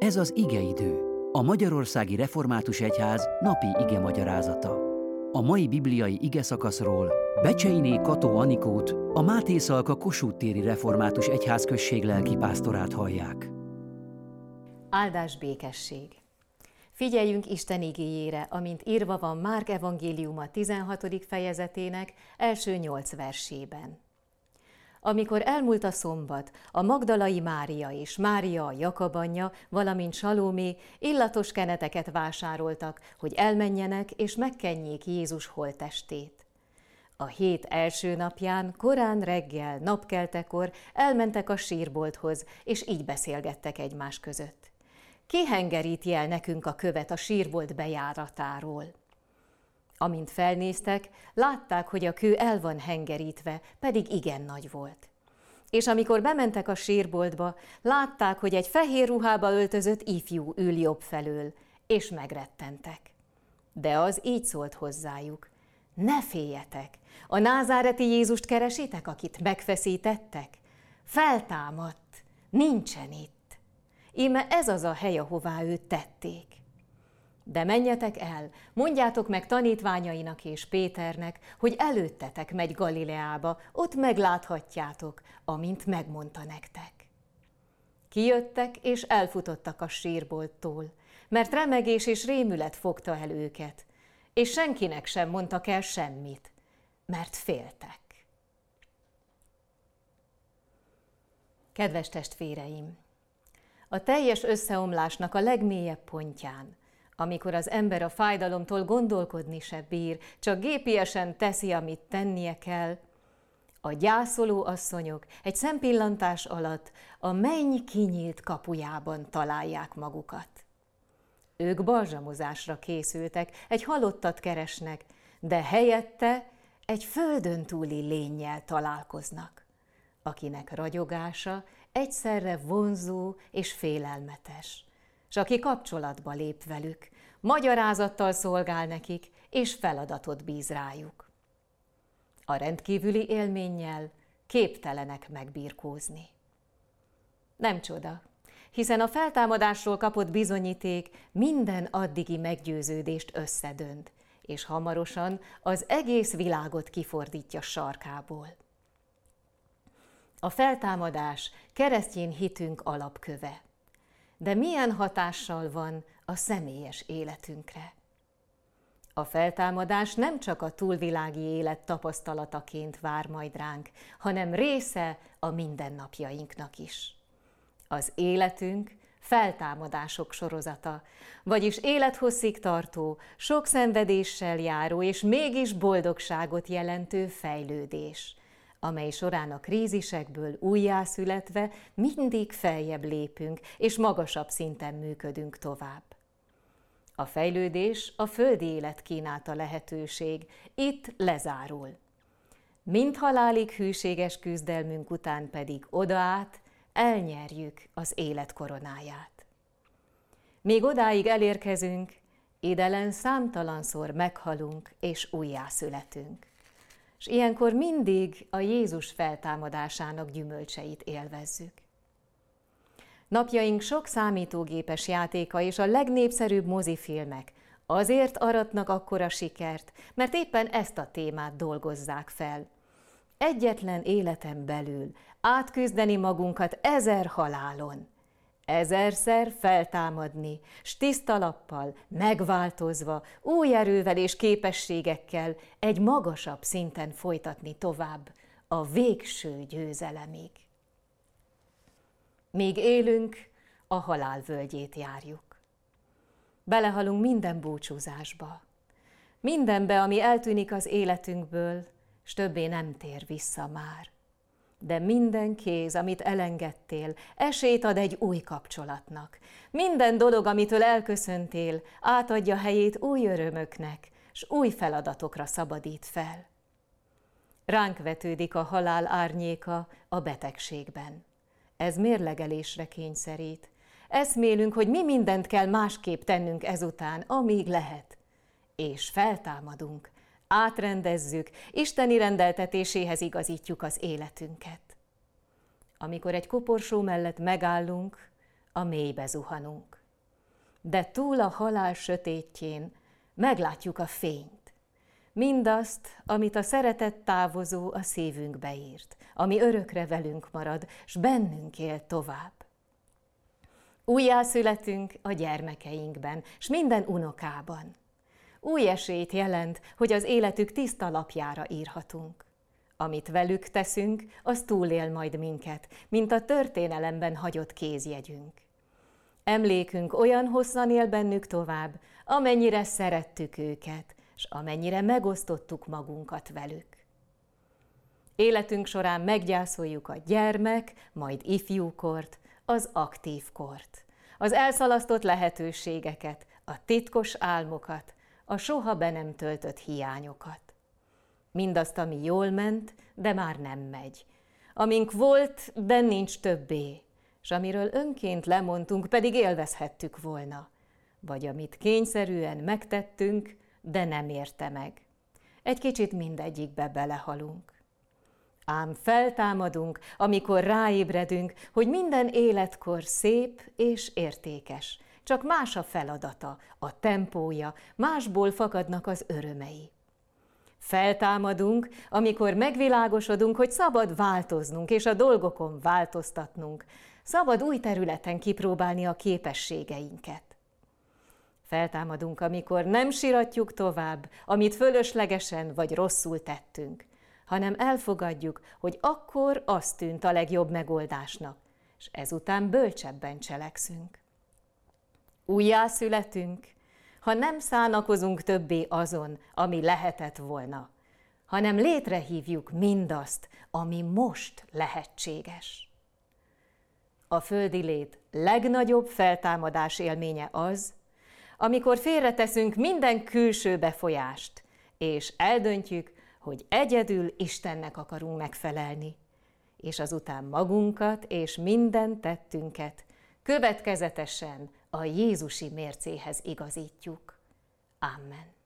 Ez az igeidő, a Magyarországi Református Egyház napi igemagyarázata. A mai bibliai igeszakaszról Becseiné Kató Anikót, a Máté Szalka Kossuth téri Református Egyházközség lelkipásztorát hallják. Áldás, békesség! Figyeljünk Isten igéjére, amint írva van Márk evangéliuma 16. fejezetének első 8 versében. Amikor elmúlt a szombat, a Magdalai Mária és Mária a Jakab anyja, valamint Salómé illatos keneteket vásároltak, hogy elmenjenek és megkenjék Jézus holttestét. A hét első napján, korán reggel, napkeltekor elmentek a sírbolthoz, és így beszélgettek egymás között. Ki hengeríti el nekünk a követ a sírbolt bejáratáról? Amint felnéztek, látták, hogy a kő el van hengerítve, pedig igen nagy volt. És amikor bementek a sírboltba, látták, hogy egy fehér ruhába öltözött ifjú ül jobb felől, és megrettentek. De az így szólt hozzájuk: ne féljetek, a názáreti Jézust keresitek, akit megfeszítettek? Feltámadt, nincsen itt. Íme ez az a hely, ahová őt tették. De menjetek el, mondjátok meg tanítványainak és Péternek, hogy előttetek megy Galileába, ott megláthatjátok, amint megmondta nektek. Kijöttek és elfutottak a sírbolttól, mert remegés és rémület fogta el őket, és senkinek sem mondtak el semmit, mert féltek. Kedves testvéreim! A teljes összeomlásnak a legmélyebb pontján, amikor az ember a fájdalomtól gondolkodni se bír, csak gépiesen teszi, amit tennie kell, a gyászoló asszonyok egy szempillantás alatt a menny kinyílt kapujában találják magukat. Ők balzsamozásra készültek, egy halottat keresnek, de helyette egy földön túli lénnyel találkoznak, akinek ragyogása egyszerre vonzó és félelmetes, s aki kapcsolatba lép velük, magyarázattal szolgál nekik, és feladatot bíz rájuk. A rendkívüli élménnyel képtelenek megbirkózni. Nem csoda, hiszen a feltámadásról kapott bizonyíték minden addigi meggyőződést összedönt, és hamarosan az egész világot kifordítja sarkából. A feltámadás keresztény hitünk alapköve. De milyen hatással van a személyes életünkre? A feltámadás nem csak a túlvilági élet tapasztalataként vár majd ránk, hanem része a mindennapjainknak is. Az életünk feltámadások sorozata, vagyis élethosszig tartó, sok szenvedéssel járó és mégis boldogságot jelentő fejlődés, amely során a krízisekből újjászületve mindig feljebb lépünk, és magasabb szinten működünk tovább. A fejlődés a földi élet kínálta lehetőség, itt lezárul. Mind halálig hűséges küzdelmünk után pedig odaát elnyerjük az élet koronáját. Míg odáig elérkezünk, idelen számtalanszor meghalunk és újjászületünk. És ilyenkor mindig a Jézus feltámadásának gyümölcseit élvezzük. Napjaink sok számítógépes játéka és a legnépszerűbb mozifilmek azért aratnak akkora sikert, mert éppen ezt a témát dolgozzák fel. Egyetlen életen belül átküzdeni magunkat 1000 halálon, 1000-szer feltámadni, s tiszta lappal, megváltozva, új erővel és képességekkel egy magasabb szinten folytatni tovább a végső győzelemig. Míg élünk, a halál völgyét járjuk. Belehalunk minden búcsúzásba, mindenbe, ami eltűnik az életünkből, s többé nem tér vissza már. De minden kéz, amit elengedtél, esélyt ad egy új kapcsolatnak. Minden dolog, amitől elköszöntél, átadja helyét új örömöknek, s új feladatokra szabadít fel. Ránk vetődik a halál árnyéka a betegségben. Ez mérlegelésre kényszerít. Eszmélünk, hogy mi mindent kell másképp tennünk ezután, amíg lehet. És feltámadunk, átrendezzük, isteni rendeltetéséhez igazítjuk az életünket. Amikor egy koporsó mellett megállunk, a mélybe zuhanunk. de túl a halál sötétjén meglátjuk a fényt. Mindazt, amit a szeretet távozó a szívünkbe írt, ami örökre velünk marad, s bennünk él tovább. Újjászületünk a gyermekeinkben, s minden unokában. Új esélyt jelent, hogy az életük tiszta lapjára írhatunk. Amit velük teszünk, az túlél majd minket, mint a történelemben hagyott kézjegyünk. Emlékünk olyan hosszan él bennük tovább, amennyire szerettük őket, s amennyire megosztottuk magunkat velük. Életünk során meggyászoljuk a gyermek, majd ifjúkort, az aktív kort, az elszalasztott lehetőségeket, a titkos álmokat, a soha be nem töltött hiányokat. Mindazt, ami jól ment, de már nem megy. Amink volt, de nincs többé, s amiről önként lemondtunk, pedig élvezhettük volna. Vagy amit kényszerűen megtettünk, de nem érte meg. Egy kicsit mindegyikbe belehalunk. Ám feltámadunk, amikor ráébredünk, hogy minden életkor szép és értékes. Csak más a feladata, a tempója, másból fakadnak az örömei. Feltámadunk, amikor megvilágosodunk, hogy szabad változnunk és a dolgokon változtatnunk. Szabad új területen kipróbálni a képességeinket. Feltámadunk, amikor nem siratjuk tovább, amit fölöslegesen vagy rosszul tettünk, hanem elfogadjuk, hogy akkor az tűnt a legjobb megoldásnak, és ezután bölcsebben cselekszünk. Újjászületünk, ha nem szánakozunk többé azon, ami lehetett volna, hanem létrehívjuk mindazt, ami most lehetséges. A földi lét legnagyobb feltámadás élménye az, amikor félreteszünk minden külső befolyást, és eldöntjük, hogy egyedül Istennek akarunk megfelelni, és azután magunkat és minden tettünket következetesen a Jézusi mércéhez igazítjuk. Amen.